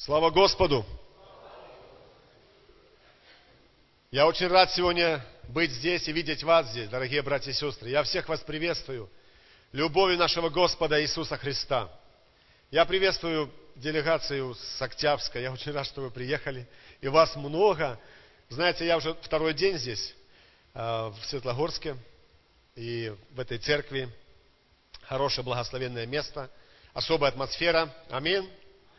Слава Господу! Я очень рад сегодня быть здесь и видеть вас здесь, дорогие братья и сестры. Я всех вас приветствую любовью нашего Господа Иисуса Христа. Я приветствую делегацию с Октябрьска. Я очень рад, что вы приехали. И вас много. Знаете, я уже второй день здесь, в Светлогорске. И в этой церкви хорошее благословенное место. Особая атмосфера. Аминь.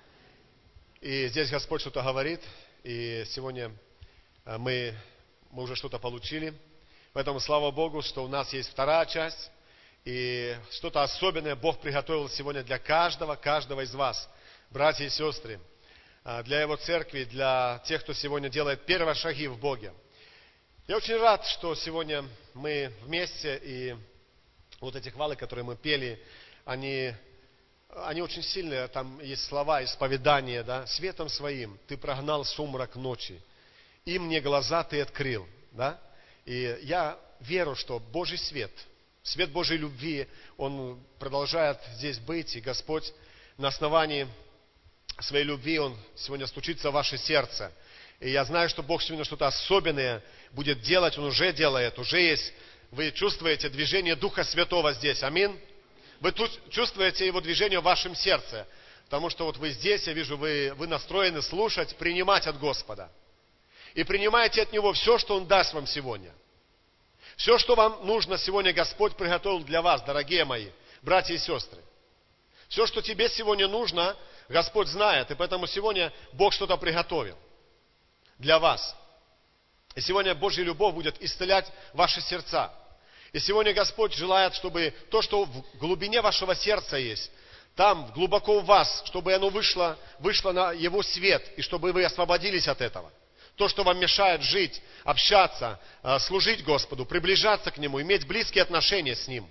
И здесь Господь что-то говорит. И сегодня мы уже что-то получили. Поэтому слава Богу, что у нас есть вторая часть. И что-то особенное Бог приготовил сегодня для каждого из вас, братья и сестры, для Его церкви, для тех, кто сегодня делает первые шаги в Боге. Я очень рад, что сегодня мы вместе, и вот эти хвалы, которые мы пели, они очень сильные. Там есть слова исповедания, да? Светом своим ты прогнал сумрак ночи, и мне глаза ты открыл, да? И я верю, что Божий свет, свет Божьей любви, он продолжает здесь быть, и Господь на основании своей любви, Он сегодня стучится в ваше сердце. И я знаю, что Бог сегодня что-то особенное будет делать, Он уже делает, уже есть. Вы чувствуете движение Духа Святого здесь, аминь. Вы чувствуете Его движение в вашем сердце, потому что вот вы здесь, я вижу, вы настроены слушать, принимать от Господа. И принимаете от Него все, что Он даст вам сегодня. Все, что вам нужно сегодня, Господь приготовил для вас, дорогие мои, братья и сестры. Все, что тебе сегодня нужно, Господь знает, и поэтому сегодня Бог что-то приготовил для вас. И сегодня Божья любовь будет исцелять ваши сердца. И сегодня Господь желает, чтобы то, что в глубине вашего сердца есть, там, глубоко в вас, чтобы оно вышло на Его свет, и чтобы вы освободились от этого. То, что вам мешает жить, общаться, служить Господу, приближаться к Нему, иметь близкие отношения с Ним.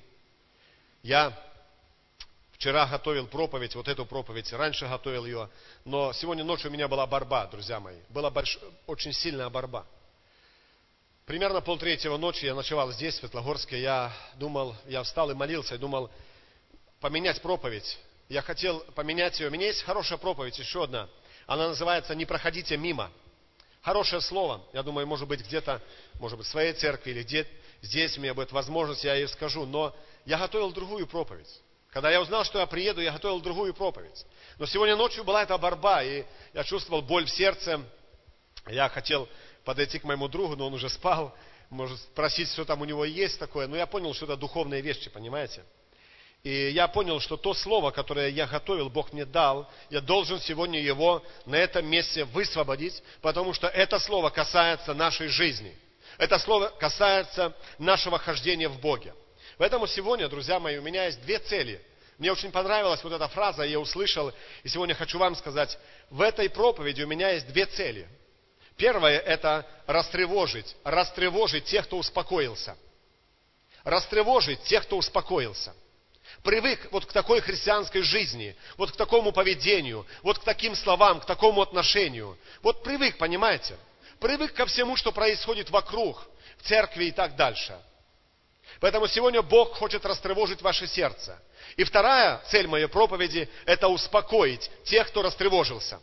Я вчера готовил проповедь, вот эту проповедь, раньше готовил ее, но сегодня ночью у меня была борьба, друзья мои. Была очень сильная борьба. Примерно 2:30 ночи я ночевал здесь, в Светлогорске. Я встал и молился, и думал поменять проповедь. Я хотел поменять ее. У меня есть хорошая проповедь, еще одна. Она называется «Не проходите мимо». Хорошее слово. Я думаю, может быть, где-то, может быть, в своей церкви или где-то здесь у меня будет возможность, я ее скажу. Но я готовил другую проповедь. Когда я узнал, что я приеду, я готовил другую проповедь. Но сегодня ночью была эта борьба, и я чувствовал боль в сердце. Я хотел подойти к моему другу, но он уже спал. Может, спросить, что там у него есть такое. Но я понял, что это духовные вещи, понимаете? И я понял, что то слово, которое я готовил, Бог мне дал, я должен сегодня его на этом месте высвободить, потому что это слово касается нашей жизни. Это слово касается нашего хождения в Боге. Поэтому сегодня, друзья мои, у меня есть две цели. Мне очень понравилась вот эта фраза, я услышал, и сегодня хочу вам сказать, в этой проповеди у меня есть две цели. Первое – это растревожить тех, кто успокоился. Растревожить тех, кто успокоился. Привык вот к такой христианской жизни, вот к такому поведению, вот к таким словам, к такому отношению. Вот привык, понимаете? Привык ко всему, что происходит вокруг, в церкви и так дальше. Поэтому сегодня Бог хочет растревожить ваше сердце. И вторая цель моей проповеди – это успокоить тех, кто растревожился.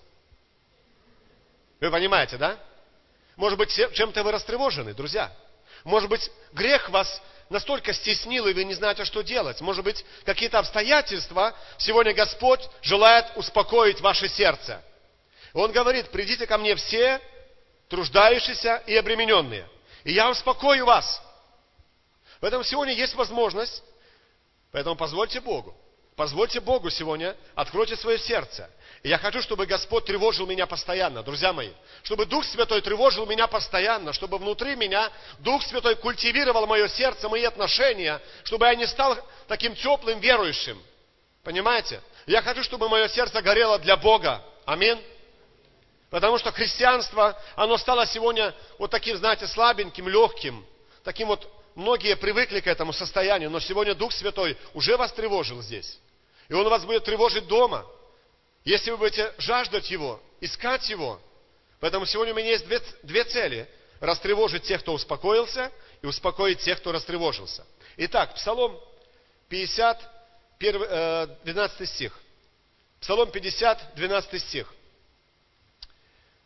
Вы понимаете, да? Может быть, чем-то вы растревожены, друзья. Может быть, грех вас настолько стеснил, и вы не знаете, что делать. Может быть, какие-то обстоятельства. Сегодня Господь желает успокоить ваше сердце. Он говорит, придите ко мне все, труждающиеся и обремененные, и я успокою вас. Поэтому сегодня есть возможность, поэтому позвольте Богу сегодня, откройте свое сердце. И я хочу, чтобы Господь тревожил меня постоянно, друзья мои. Чтобы Дух Святой тревожил меня постоянно, чтобы внутри меня Дух Святой культивировал мое сердце, мои отношения, чтобы я не стал таким теплым верующим. Понимаете? Я хочу, чтобы мое сердце горело для Бога. Аминь. Потому что христианство, оно стало сегодня вот таким, знаете, слабеньким, легким. Таким вот, многие привыкли к этому состоянию, но сегодня Дух Святой уже вас тревожил здесь. И Он вас будет тревожить дома. Если вы будете жаждать Его, искать Его. Поэтому сегодня у меня есть две цели. Растревожить тех, кто успокоился, и успокоить тех, кто растревожился. Итак, Псалом 50, 12 стих. Псалом 50, 12 стих.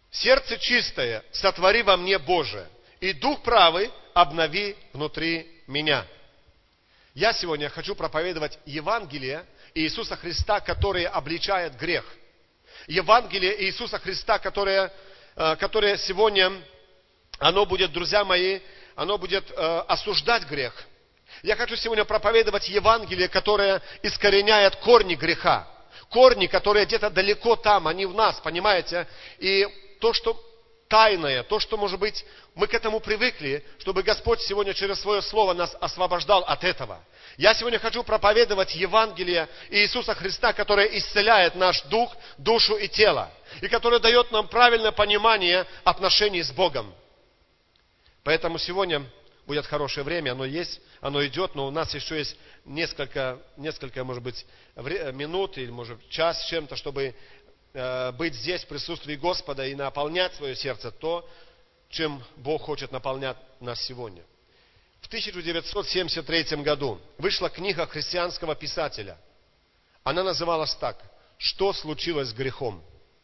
сердце чистое сотвори во мне, Боже, и дух правый обнови внутри меня. Я сегодня хочу проповедовать Евангелие Иисуса Христа, которое обличает грех. Евангелие Иисуса Христа, которое сегодня, оно будет, друзья мои, оно будет осуждать грех. Я хочу сегодня проповедовать Евангелие, которое искореняет корни греха. Корни, которые где-то далеко там, они в нас, понимаете? И то, что тайное, то, что, может быть, мы к этому привыкли, чтобы Господь сегодня через Свое Слово нас освобождал от этого. Я сегодня хочу проповедовать Евангелие Иисуса Христа, которое исцеляет наш дух, душу и тело, и которое дает нам правильное понимание отношений с Богом. Поэтому сегодня будет хорошее время, оно есть, оно идет, но у нас еще есть несколько, может быть, минут или, может, час с чем-то, чтобы быть здесь в присутствии Господа и наполнять свое сердце то, чем Бог хочет наполнять нас сегодня. В 1973 году вышла книга христианского писателя. Она называлась так: «Что случилось с грехом?».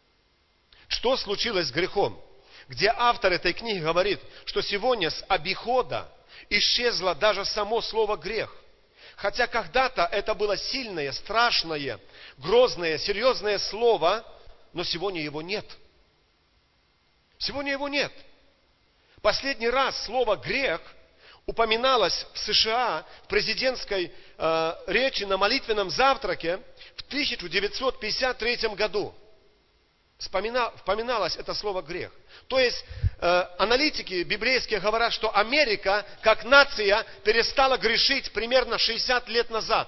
Что случилось с грехом? Где автор этой книги говорит, что сегодня с обихода исчезло даже само слово «грех». Хотя когда-то это было сильное, страшное, грозное, серьезное слово, но сегодня его нет. Сегодня его нет. Последний раз слово «грех» упоминалось в США в президентской речи на молитвенном завтраке в 1953 году. Вспоминалось это слово «грех». То есть аналитики библейские говорят, что Америка как нация перестала грешить примерно 60 лет назад.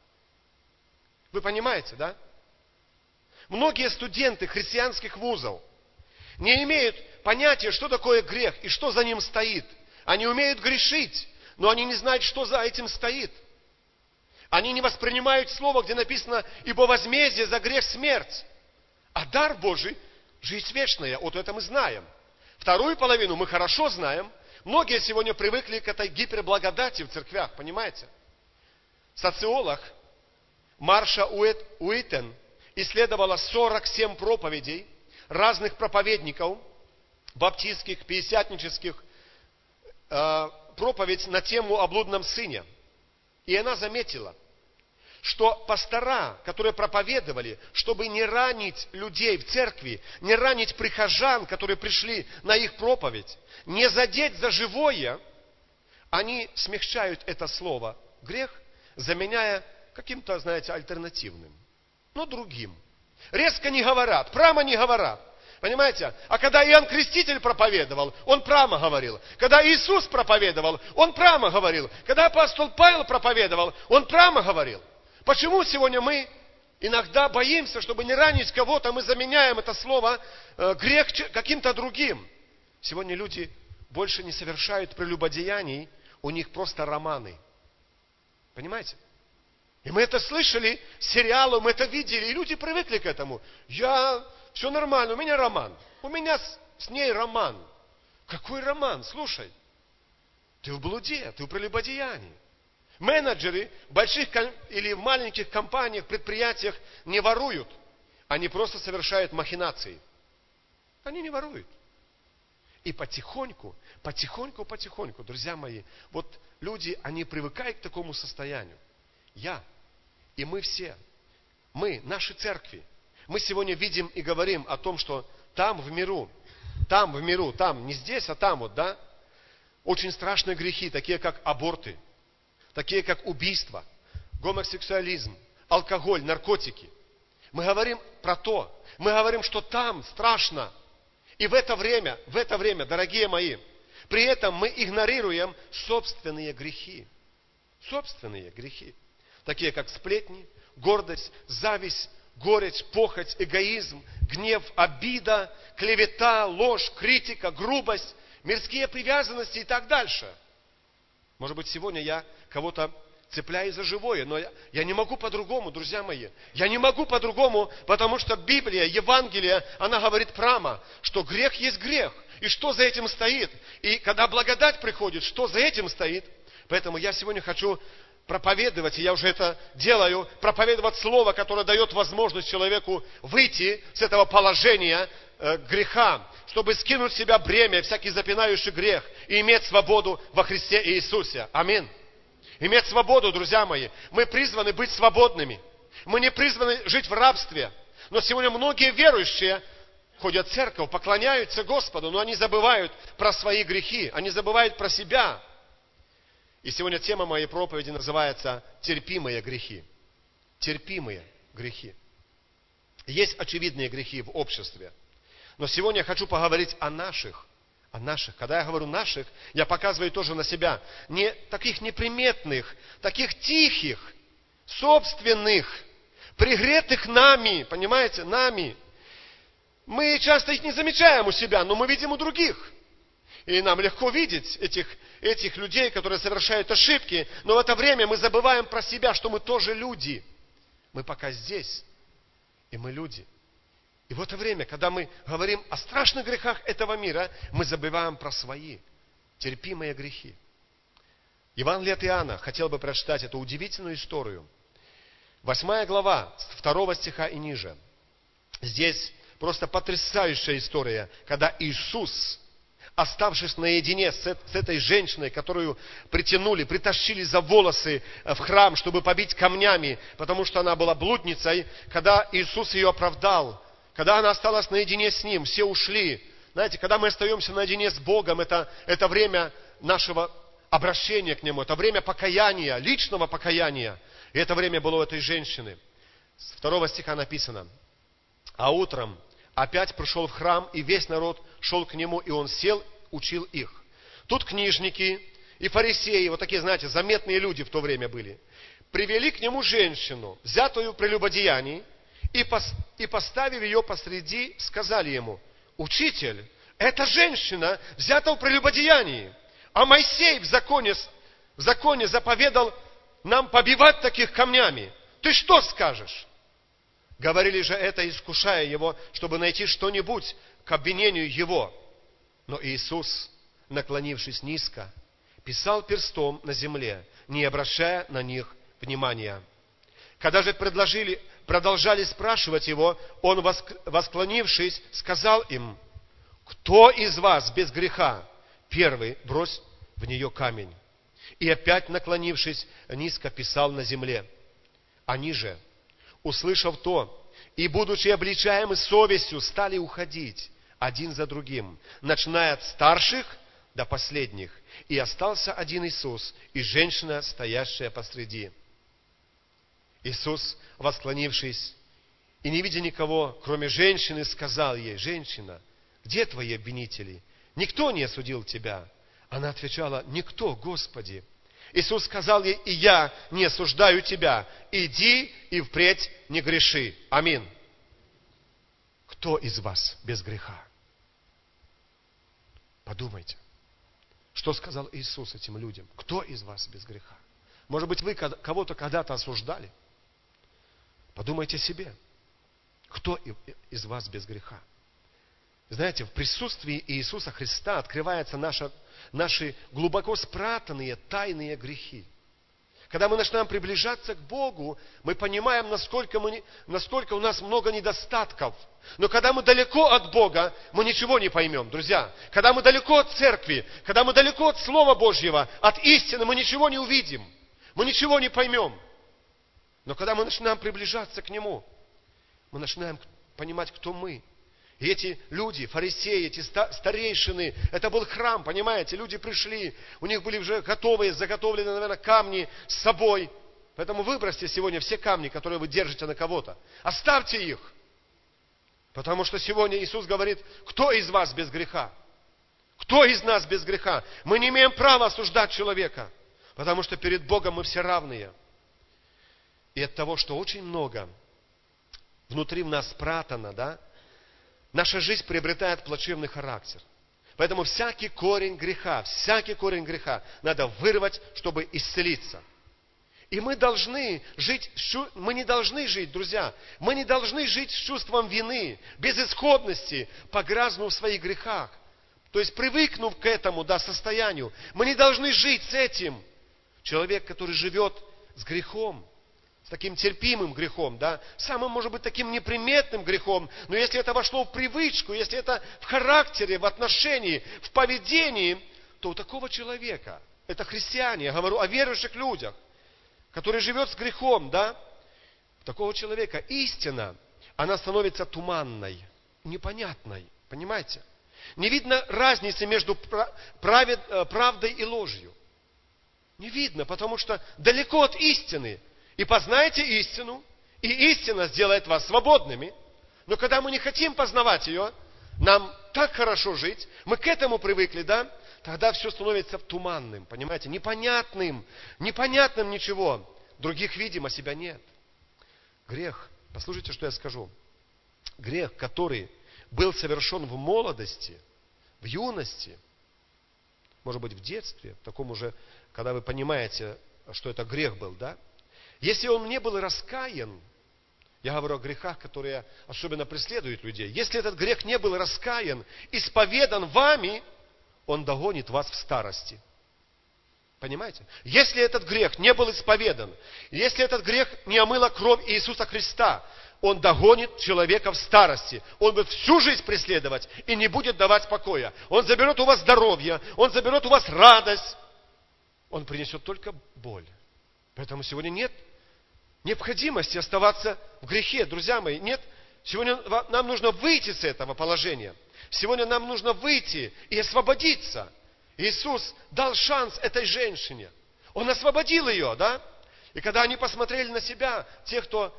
Вы понимаете, да? Многие студенты христианских вузов не имеют понятия, что такое грех и что за ним стоит. Они умеют грешить, но они не знают, что за этим стоит. Они не воспринимают слово, где написано: «Ибо возмездие за грех смерть, а дар Божий – жизнь вечная». Вот это мы знаем. Вторую половину мы хорошо знаем. Многие сегодня привыкли к этой гиперблагодати в церквях, понимаете? Социолог Марша Уитен исследовала 47 проповедей разных проповедников, баптистских, пятидесятнических, проповедь на тему о блудном сыне. И она заметила, что пастора, которые проповедовали, чтобы не ранить людей в церкви, не ранить прихожан, которые пришли на их проповедь, не задеть за живое, они смягчают это слово «грех», заменяя каким-то, знаете, альтернативным, но другим. Резко не говорят, прямо не говорят. Понимаете? А когда Иоанн Креститель проповедовал, он прямо говорил. Когда Иисус проповедовал, он прямо говорил. Когда апостол Павел проповедовал, он прямо говорил. Почему сегодня мы иногда боимся, чтобы не ранить кого-то, мы заменяем это слово грех каким-то другим? Сегодня люди больше не совершают прелюбодеяний, у них просто романы. Понимаете? И мы это слышали, сериалы, мы это видели, и люди привыкли к этому. Все нормально, у меня роман. У меня с ней роман. Какой роман? Слушай, ты в блуде, ты в прелюбодеянии. Менеджеры в больших или в маленьких компаниях, предприятиях не воруют. Они просто совершают махинации. Они не воруют. И потихоньку, друзья мои, вот люди, они привыкают к такому состоянию. И мы все, наши церкви, мы сегодня видим и говорим о том, что там в миру, не здесь, а там вот, да, очень страшные грехи, такие как аборты, такие как убийство, гомосексуализм, алкоголь, наркотики. Мы говорим про то, мы говорим, что там страшно. И в это время, дорогие мои, при этом мы игнорируем собственные грехи. Собственные грехи. Такие как сплетни, гордость, зависть, горечь, похоть, эгоизм, гнев, обида, клевета, ложь, критика, грубость, мирские привязанности и так дальше. Может быть, сегодня я кого-то цепляю за живое, но я не могу по-другому, друзья мои. Я не могу по-другому, потому что Библия, Евангелие, она говорит прямо, что грех есть грех. И что за этим стоит? И когда благодать приходит, что за этим стоит? Поэтому я сегодня хочу проповедовать, и я уже это делаю, проповедовать слово, которое дает возможность человеку выйти с этого положения греха, чтобы скинуть с себя бремя, всякий запинающий грех, и иметь свободу во Христе Иисусе. Аминь. Иметь свободу, друзья мои. Мы призваны быть свободными. Мы не призваны жить в рабстве. Но сегодня многие верующие ходят в церковь, поклоняются Господу, но они забывают про свои грехи, они забывают про себя. И сегодня тема моей проповеди называется «Терпимые грехи». Терпимые грехи. Есть очевидные грехи в обществе. Но сегодня я хочу поговорить о наших. О наших. Когда я говорю наших, я показываю тоже на себя. Не таких неприметных, таких тихих, собственных, пригретых нами, понимаете, нами. Мы часто их не замечаем у себя, но мы видим у других. И нам легко видеть этих людей, которые совершают ошибки, но в это время мы забываем про себя, что мы тоже люди. Мы пока здесь, и мы люди. И в это время, когда мы говорим о страшных грехах этого мира, мы забываем про свои терпимые грехи. Евангелие от Иоанна, хотел бы прочитать эту удивительную историю. 8 глава, с 2 стиха и ниже. Здесь просто потрясающая история, когда Иисус, оставшись наедине с этой женщиной, которую притащили за волосы в храм, чтобы побить камнями, потому что она была блудницей, когда Иисус ее оправдал, когда она осталась наедине с Ним, все ушли. Знаете, когда мы остаемся наедине с Богом, это время нашего обращения к Нему, это время покаяния, личного покаяния. И это время было у этой женщины. С 2 стиха написано: «А утром опять пришел в храм, и весь народ шел к Нему, и Он сел, учил их. Тут книжники и фарисеи, вот такие, знаете, заметные люди в то время были, привели к Нему женщину, взятую в прелюбодеянии, и, поставив ее посреди, сказали Ему: Учитель, эта женщина взята в прелюбодеянии, а Моисей в законе заповедал нам побивать таких камнями. Ты что скажешь?» Говорили же это, искушая Его, чтобы найти что-нибудь к обвинению Его. Но Иисус, наклонившись низко, писал перстом на земле, не обращая на них внимания. Когда же продолжали спрашивать Его, Он, восклонившись, сказал им: «Кто из вас без греха? Первый брось в нее камень». И опять, наклонившись низко, писал на земле. Они же, услышав то, и, будучи обличаемы совестью, стали уходить один за другим, начиная от старших до последних. И остался один Иисус и женщина, стоящая посреди. Иисус, восклонившись и не видя никого, кроме женщины, сказал ей: «Женщина, где твои обвинители? Никто не осудил тебя?» Она отвечала: «Никто, Господи». Иисус сказал ей: «И я не осуждаю тебя. Иди и впредь не греши». Аминь. Кто из вас без греха? Подумайте, что сказал Иисус этим людям. Кто из вас без греха? Может быть, вы кого-то когда-то осуждали? Подумайте о себе. Кто из вас без греха? Знаете, в присутствии Иисуса Христа открываются наши глубоко спрятанные тайные грехи. Когда мы начинаем приближаться к Богу, мы понимаем, насколько у нас много недостатков. Но когда мы далеко от Бога, мы ничего не поймем, друзья. Когда мы далеко от церкви, когда мы далеко от Слова Божьего, от истины, мы ничего не увидим. Мы ничего не поймем. Но когда мы начинаем приближаться к Нему, мы начинаем понимать, кто мы. И эти люди, фарисеи, эти старейшины, это был храм, понимаете, люди пришли, у них были уже заготовлены, наверное, камни с собой. Поэтому выбросьте сегодня все камни, которые вы держите на кого-то. Оставьте их. Потому что сегодня Иисус говорит: кто из вас без греха? Кто из нас без греха? Мы не имеем права осуждать человека, потому что перед Богом мы все равные. И от того, что очень много внутри в нас спрятано, да, наша жизнь приобретает плачевный характер. Поэтому всякий корень греха надо вырвать, чтобы исцелиться. И мы не должны жить, друзья, мы не должны жить с чувством вины, безысходности, погрязнув в своих грехах. То есть привыкнув к этому, состоянию. Мы не должны жить с этим. Человек, который живет с грехом, с таким терпимым грехом, да, самым, может быть, таким неприметным грехом, но если это вошло в привычку, если это в характере, в отношении, в поведении, то у такого человека, это христиане, я говорю о верующих людях, который живет с грехом, да, у такого человека истина, она становится туманной, непонятной, понимаете? Не видно разницы между правдой и ложью. Не видно, потому что далеко от истины. И познайте истину, и истина сделает вас свободными. Но когда мы не хотим познавать ее, нам так хорошо жить, мы к этому привыкли, да? Тогда все становится туманным, понимаете? Непонятным ничего. Других видим, а себя нет. Грех, послушайте, что я скажу. Грех, который был совершен в молодости, в юности, может быть, в детстве, в таком уже, когда вы понимаете, что это грех был, да? Если он не был раскаян, я говорю о грехах, которые особенно преследуют людей. Если этот грех не был раскаян, исповедан вами, он догонит вас в старости. Понимаете? Если этот грех не был исповедан, если этот грех не омыла кровь Иисуса Христа, он догонит человека в старости. Он будет всю жизнь преследовать и не будет давать покоя. Он заберет у вас здоровье, он заберет у вас радость. Он принесет только боль. Поэтому сегодня нет необходимости оставаться в грехе. Друзья мои, нет. Сегодня нам нужно выйти с этого положения. Сегодня нам нужно выйти и освободиться. Иисус дал шанс этой женщине. Он освободил ее, да? И когда они посмотрели на себя, те, кто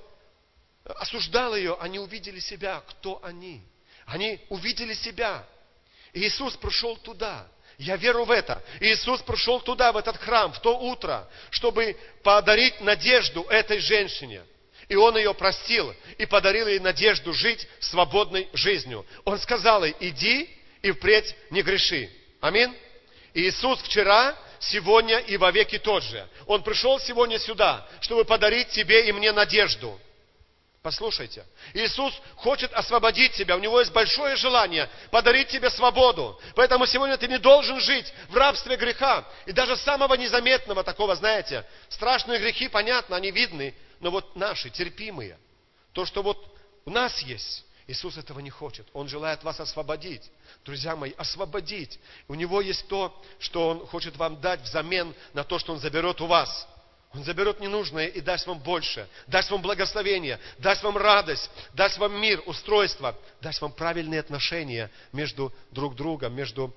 осуждал ее, они увидели себя, кто они. Они увидели себя. И Иисус пришел туда. Я верю в это. Иисус пришел туда, в этот храм, в то утро, чтобы подарить надежду этой женщине. И Он ее простил и подарил ей надежду жить свободной жизнью. Он сказал ей: иди и впредь не греши. Аминь. Иисус вчера, сегодня и вовеки тот же. Он пришел сегодня сюда, чтобы подарить тебе и мне надежду. Послушайте, Иисус хочет освободить тебя, у Него есть большое желание подарить тебе свободу. Поэтому сегодня ты не должен жить в рабстве греха. И даже самого незаметного такого, знаете, страшные грехи, понятно, они видны, но вот наши, терпимые, то, что вот у нас есть, Иисус этого не хочет. Он желает вас освободить. Друзья мои, освободить. У Него есть то, что Он хочет вам дать взамен на то, что Он заберет у вас. Он заберет ненужное и даст вам больше, даст вам благословение, даст вам радость, даст вам мир, устройство, даст вам правильные отношения между друг другом, между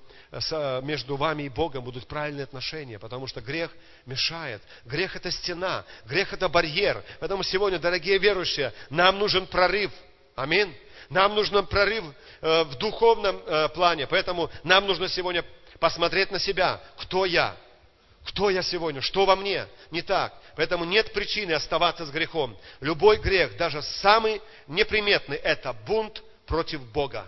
вами и Богом будут правильные отношения, потому что грех мешает. Грех – это стена, грех – это барьер. Поэтому сегодня, дорогие верующие, нам нужен прорыв. Аминь. Нам нужен прорыв в духовном плане. Поэтому нам нужно сегодня посмотреть на себя. Кто я? Кто я сегодня? Что во мне? Не так. Поэтому нет причины оставаться с грехом. Любой грех, даже самый неприметный, это бунт против Бога.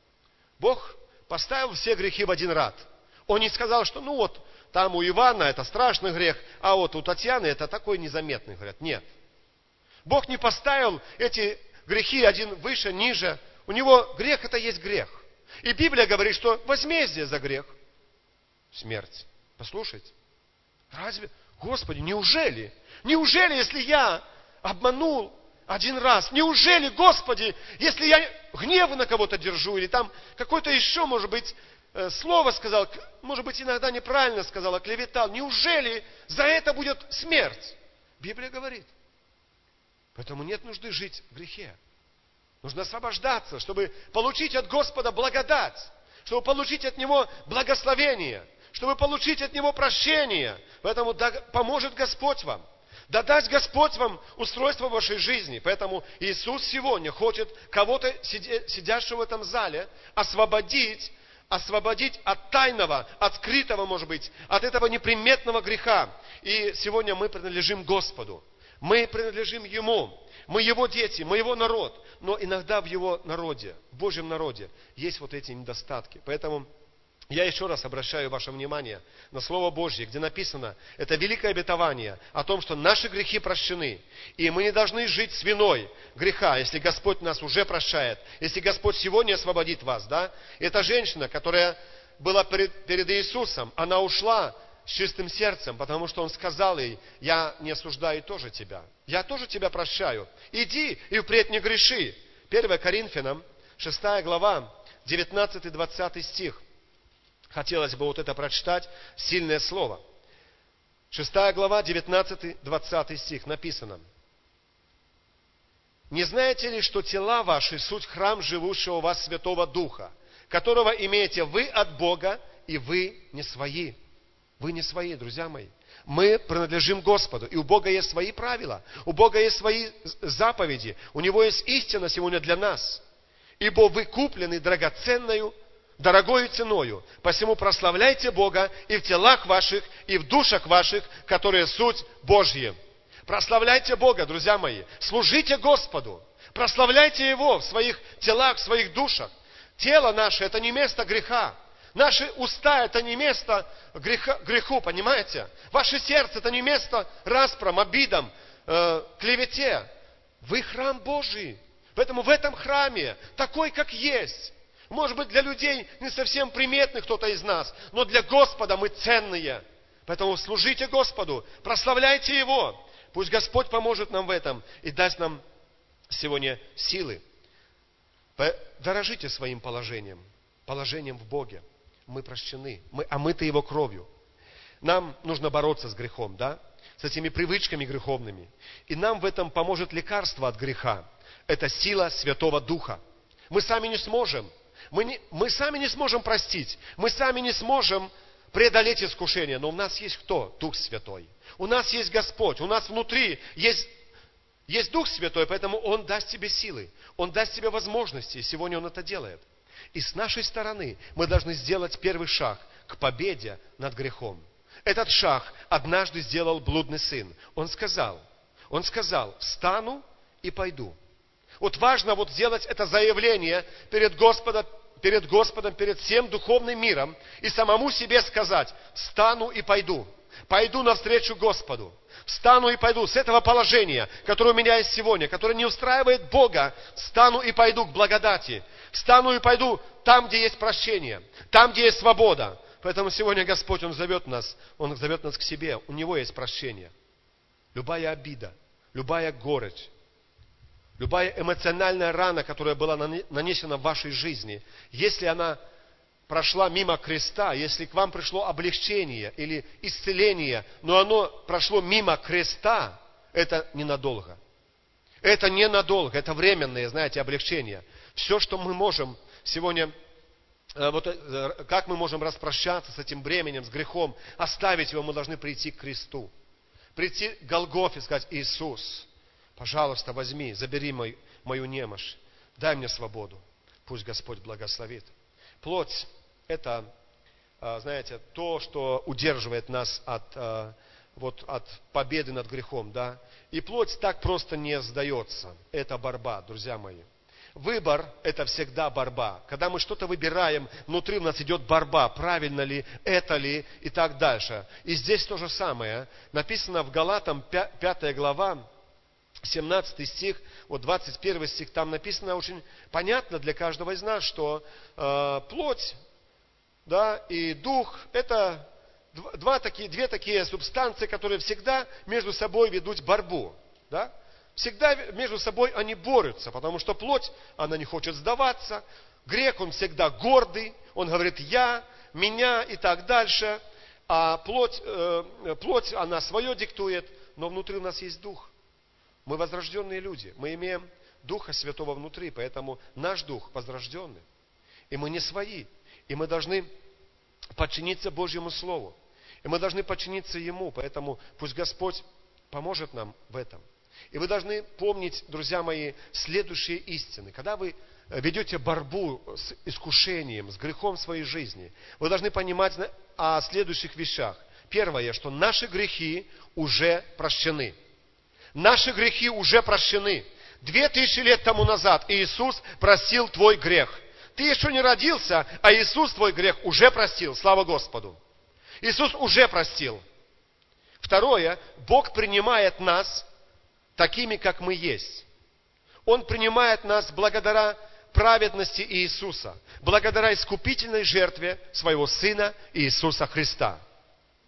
Бог поставил все грехи в один ряд. Он не сказал, что ну вот, там у Ивана это страшный грех, а вот у Татьяны это такой незаметный грех. Нет. Бог не поставил эти грехи один выше, ниже. У него грех это есть грех. И Библия говорит, что возмездие за грех – смерть. Послушайте. Разве, Господи, неужели, если я обманул один раз, неужели, Господи, если я гнев на кого-то держу, или там какое-то еще, может быть, слово сказал, может быть, иногда неправильно сказал, оклеветал, неужели за это будет смерть? Библия говорит. Поэтому нет нужды жить в грехе. Нужно освобождаться, чтобы получить от Господа благодать, чтобы получить от Него благословение, чтобы получить от Него прощение. Поэтому да поможет Господь вам. Да даст Господь вам устройство вашей жизни. Поэтому Иисус сегодня хочет кого-то, сидящего в этом зале, освободить от тайного, от скрытого, может быть, от этого неприметного греха. И сегодня мы принадлежим Господу. Мы принадлежим Ему. Мы Его дети, мы Его народ. Но иногда в Его народе, в Божьем народе, есть вот эти недостатки. Поэтому я еще раз обращаю ваше внимание на Слово Божье, где написано, это великое обетование о том, что наши грехи прощены. И мы не должны жить с виной греха, если Господь нас уже прощает. Если Господь сегодня освободит вас, да? Эта женщина, которая была перед Иисусом, она ушла с чистым сердцем, потому что Он сказал ей: я не осуждаю тоже тебя. Я тоже тебя прощаю. Иди и впредь не греши. 1 Коринфянам, 6 глава, 19-20 стих. Хотелось бы вот это прочитать, сильное слово. 6 глава, 19-20 стих написано: «Не знаете ли, что тела ваши суть храм живущего у вас Святого Духа, которого имеете вы от Бога, и вы не свои». Вы не свои, друзья мои. Мы принадлежим Господу, и у Бога есть свои правила, у Бога есть свои заповеди, у Него есть истина сегодня для нас. «Ибо вы куплены драгоценною, дорогою ценою, посему прославляйте Бога и в телах ваших, и в душах ваших, которые суть Божьи». Прославляйте Бога, друзья мои, служите Господу, прославляйте Его в своих телах, в своих душах. Тело наше – это не место греха. Наши уста – это не место греху, понимаете? Ваше сердце – это не место распрям, обидам, клевете. Вы храм Божий. Поэтому в этом храме, такой, как есть. Может быть, для людей не совсем приметный кто-то из нас, но для Господа мы ценные. Поэтому служите Господу, прославляйте Его. Пусть Господь поможет нам в этом и даст нам сегодня силы. Дорожите своим положением в Боге. Мы прощены, мы омыты Его кровью. Нам нужно бороться с грехом, да? С этими привычками греховными. И нам в этом поможет лекарство от греха. Это сила Святого Духа. Мы сами не сможем. Мы сами не сможем простить. Мы сами не сможем преодолеть искушение. Но у нас есть кто? Дух Святой. У нас есть Господь. У нас внутри есть Дух Святой, поэтому Он даст тебе силы. Он даст тебе возможности. И сегодня Он это делает. И с нашей стороны мы должны сделать первый шаг к победе над грехом. Этот шаг однажды сделал блудный сын. Он сказал: встану и пойду. Вот важно вот сделать это заявление перед Господом, перед всем духовным миром и самому себе сказать: встану и пойду. Пойду навстречу Господу. Встану и пойду с этого положения, которое у меня есть сегодня, которое не устраивает Бога. Встану и пойду к благодати. Встану и пойду там, где есть прощение, там, где есть свобода. Поэтому сегодня Господь, Он зовет нас к себе. У Него есть прощение. Любая обида, любая горечь, любая эмоциональная рана, которая была нанесена в вашей жизни, если она прошла мимо креста, если к вам пришло облегчение или исцеление, но оно прошло мимо креста, это ненадолго. Это ненадолго, это временное, знаете, облегчение. Все, что мы можем сегодня, как мы можем распрощаться с этим бременем, с грехом, оставить его, мы должны прийти к кресту. Прийти к Голгофе и сказать: Иисус, пожалуйста, возьми, забери мою немощь, дай мне свободу. Пусть Господь благословит. Плоть – это, знаете, то, что удерживает нас от победы над грехом, да. И плоть так просто не сдается. Это борьба, друзья мои. Выбор – это всегда борьба. Когда мы что-то выбираем, внутри у нас идет борьба, правильно ли, это ли и так дальше. И здесь то же самое. Написано в Галатам 5 глава, 17 стих, 21 стих, там написано очень понятно для каждого из нас, что плоть, да, и дух – это две такие субстанции, которые всегда между собой ведут борьбу. Да? Всегда между собой они борются, потому что плоть, она не хочет сдаваться. Грех, он всегда гордый, он говорит «я», «меня» и так дальше. А плоть, она свое диктует, но внутри у нас есть дух. Мы возрожденные люди, мы имеем Духа Святого внутри, поэтому наш дух возрожденный. И мы не свои, и мы должны подчиниться Божьему Слову. И мы должны подчиниться Ему, поэтому пусть Господь поможет нам в этом. И вы должны помнить, друзья мои, следующие истины. Когда вы ведете борьбу с искушением, с грехом в своей жизни, вы должны понимать о следующих вещах. Первое, что наши грехи уже прощены. Наши грехи уже прощены. 2000 лет тому назад Иисус простил твой грех. Ты еще не родился, а Иисус твой грех уже простил. Слава Господу. Иисус уже простил. Второе, Бог принимает нас такими, как мы есть. Он принимает нас благодаря праведности Иисуса, благодаря искупительной жертве своего Сына Иисуса Христа.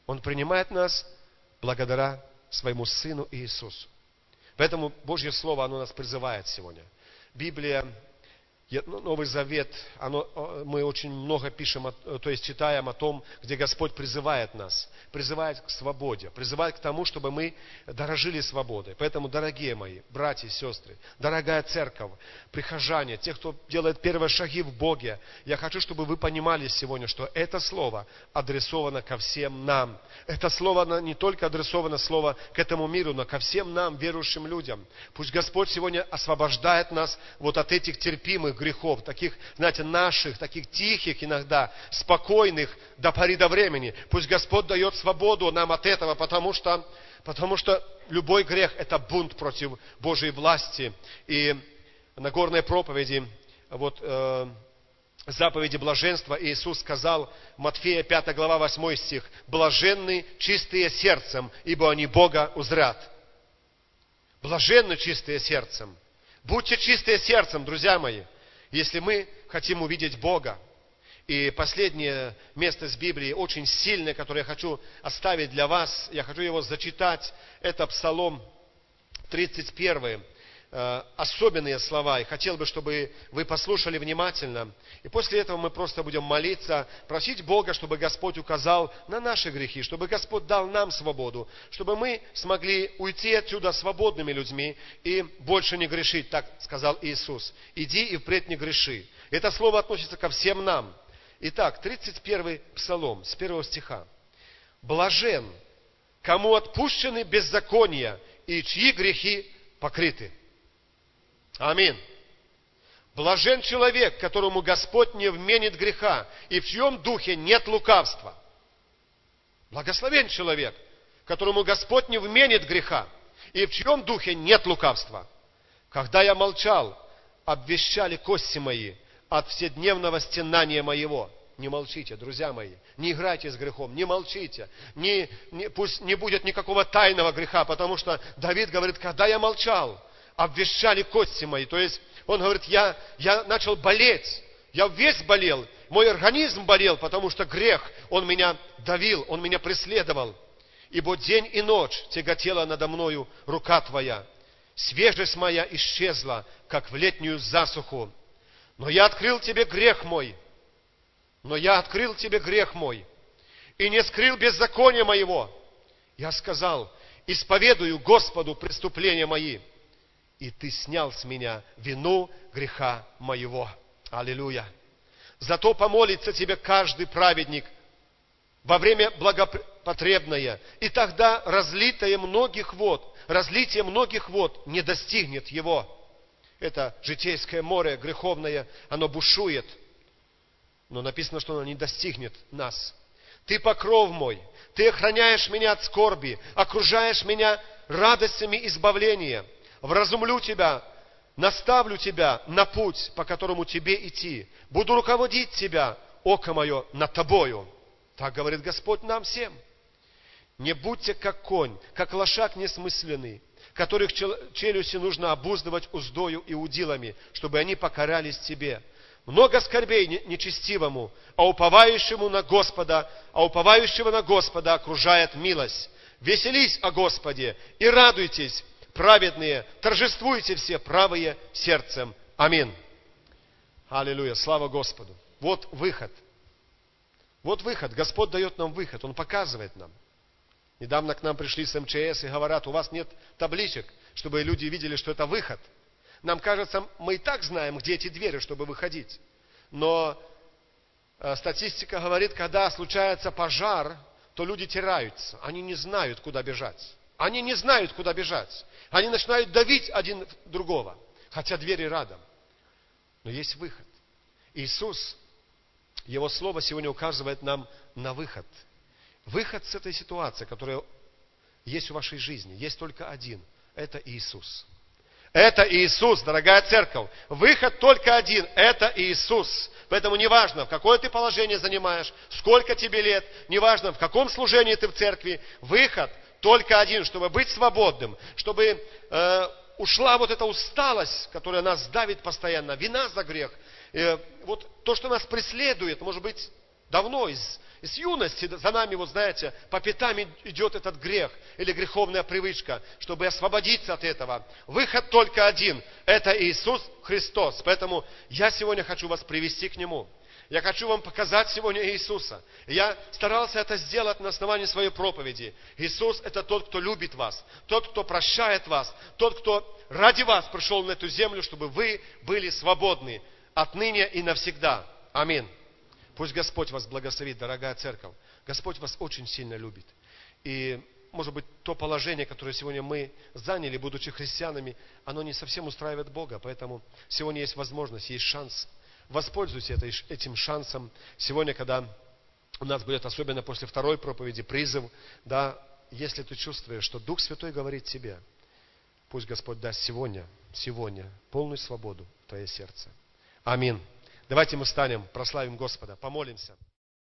Он принимает нас благодаря своему Сыну Иисусу. Поэтому Божье Слово, оно нас призывает сегодня. Библия, Новый Завет, мы очень много пишем, то есть читаем о том, где Господь призывает нас, призывает к свободе, призывает к тому, чтобы мы дорожили свободой. Поэтому, дорогие мои, братья и сестры, дорогая церковь, прихожане, те, кто делает первые шаги в Боге, я хочу, чтобы вы понимали сегодня, что это слово адресовано ко всем нам. Это слово не только адресовано слово к этому миру, но ко всем нам, верующим людям. Пусть Господь сегодня освобождает нас вот от этих терпимых грехов, таких, знаете, наших, таких тихих иногда, спокойных до поры до времени. Пусть Господь дает свободу нам от этого, потому что любой грех – это бунт против Божьей власти. И на Нагорной проповеди, заповеди блаженства, Иисус сказал, Матфея 5 глава 8 стих, «Блаженны чистые сердцем, ибо они Бога узрят». Блаженны чистые сердцем. Будьте чистые сердцем, друзья мои, если мы хотим увидеть Бога. И последнее место из Библии, очень сильное, которое я хочу оставить для вас, я хочу его зачитать, это Псалом 31, особенные слова. И хотел бы, чтобы вы послушали внимательно. И после этого мы просто будем молиться, просить Бога, чтобы Господь указал на наши грехи, чтобы Господь дал нам свободу, чтобы мы смогли уйти отсюда свободными людьми и больше не грешить, так сказал Иисус. Иди и впредь не греши. Это слово относится ко всем нам. Итак, 31 Псалом, с 1 стиха. «Блажен, кому отпущены беззакония, и чьи грехи покрыты». Аминь. Блажен человек, которому Господь не вменит греха, и в чьем духе нет лукавства. Благословен человек, которому Господь не вменит греха, и в чьем духе нет лукавства. Когда я молчал, обвещали кости мои от вседневного стенания моего. Не молчите, друзья мои, не играйте с грехом, не молчите, пусть не будет никакого тайного греха, потому что Давид говорит, когда я молчал, обвещали кости мои. То есть он говорит, я начал болеть, я весь болел, мой организм болел, потому что грех, он меня давил, он меня преследовал. Ибо день и ночь тяготела надо мною рука Твоя, свежесть моя исчезла, как в летнюю засуху. Но я открыл Тебе грех мой, и не скрыл беззакония моего. Я сказал, исповедую Господу преступления мои, и Ты снял с меня вину греха моего. Аллилуйя. Зато помолится Тебе каждый праведник во время благопотребное, и тогда разлитие многих вод не достигнет его. Это житейское море греховное, оно бушует, но написано, что оно не достигнет нас. Ты покров мой, Ты охраняешь меня от скорби, окружаешь меня радостями избавления. Вразумлю тебя, наставлю тебя на путь, по которому тебе идти. Буду руководить тебя, око мое над тобою. Так говорит Господь нам всем. Не будьте как конь, как лошак несмысленный, которых челюсти нужно обуздывать уздою и удилами, чтобы они покорялись тебе. Много скорбей нечестивому, а уповающего на Господа окружает милость. Веселись о Господе и радуйтесь, праведные, торжествуйте все правые сердцем. Аминь. Аллилуйя, слава Господу. Вот выход. Вот выход. Господь дает нам выход. Он показывает нам. Недавно к нам пришли с МЧС и говорят, у вас нет табличек, чтобы люди видели, что это выход. Нам кажется, мы и так знаем, где эти двери, чтобы выходить. Но статистика говорит, когда случается пожар, то люди теряются. Они не знают, куда бежать. Они начинают давить один другого, хотя двери рядом. Но есть выход. Иисус, Его Слово сегодня указывает нам на выход. Выход с этой ситуации, которая есть в вашей жизни, есть только один. Это Иисус. Это Иисус, дорогая церковь. Выход только один. Это Иисус. Поэтому неважно, в какое ты положение занимаешь, сколько тебе лет, неважно, в каком служении ты в церкви, выход только один, чтобы быть свободным, чтобы ушла вот эта усталость, которая нас давит постоянно, вина за грех. Вот то, что нас преследует, может быть, давно, из юности за нами, вот знаете, по пятам идет этот грех или греховная привычка, чтобы освободиться от этого. Выход только один – это Иисус Христос. Поэтому я сегодня хочу вас привести к Нему. Я хочу вам показать сегодня Иисуса. Я старался это сделать на основании своей проповеди. Иисус – это тот, кто любит вас, тот, кто прощает вас, тот, кто ради вас пришел на эту землю, чтобы вы были свободны отныне и навсегда. Аминь. Пусть Господь вас благословит, дорогая церковь. Господь вас очень сильно любит. И, может быть, то положение, которое сегодня мы заняли, будучи христианами, оно не совсем устраивает Бога. Поэтому сегодня есть возможность, есть шанс. Воспользуйся этим шансом. Сегодня, когда у нас будет, особенно после второй проповеди, призыв, да, если ты чувствуешь, что Дух Святой говорит тебе, пусть Господь даст сегодня полную свободу в твое сердце. Аминь. Давайте мы встанем, прославим Господа, помолимся.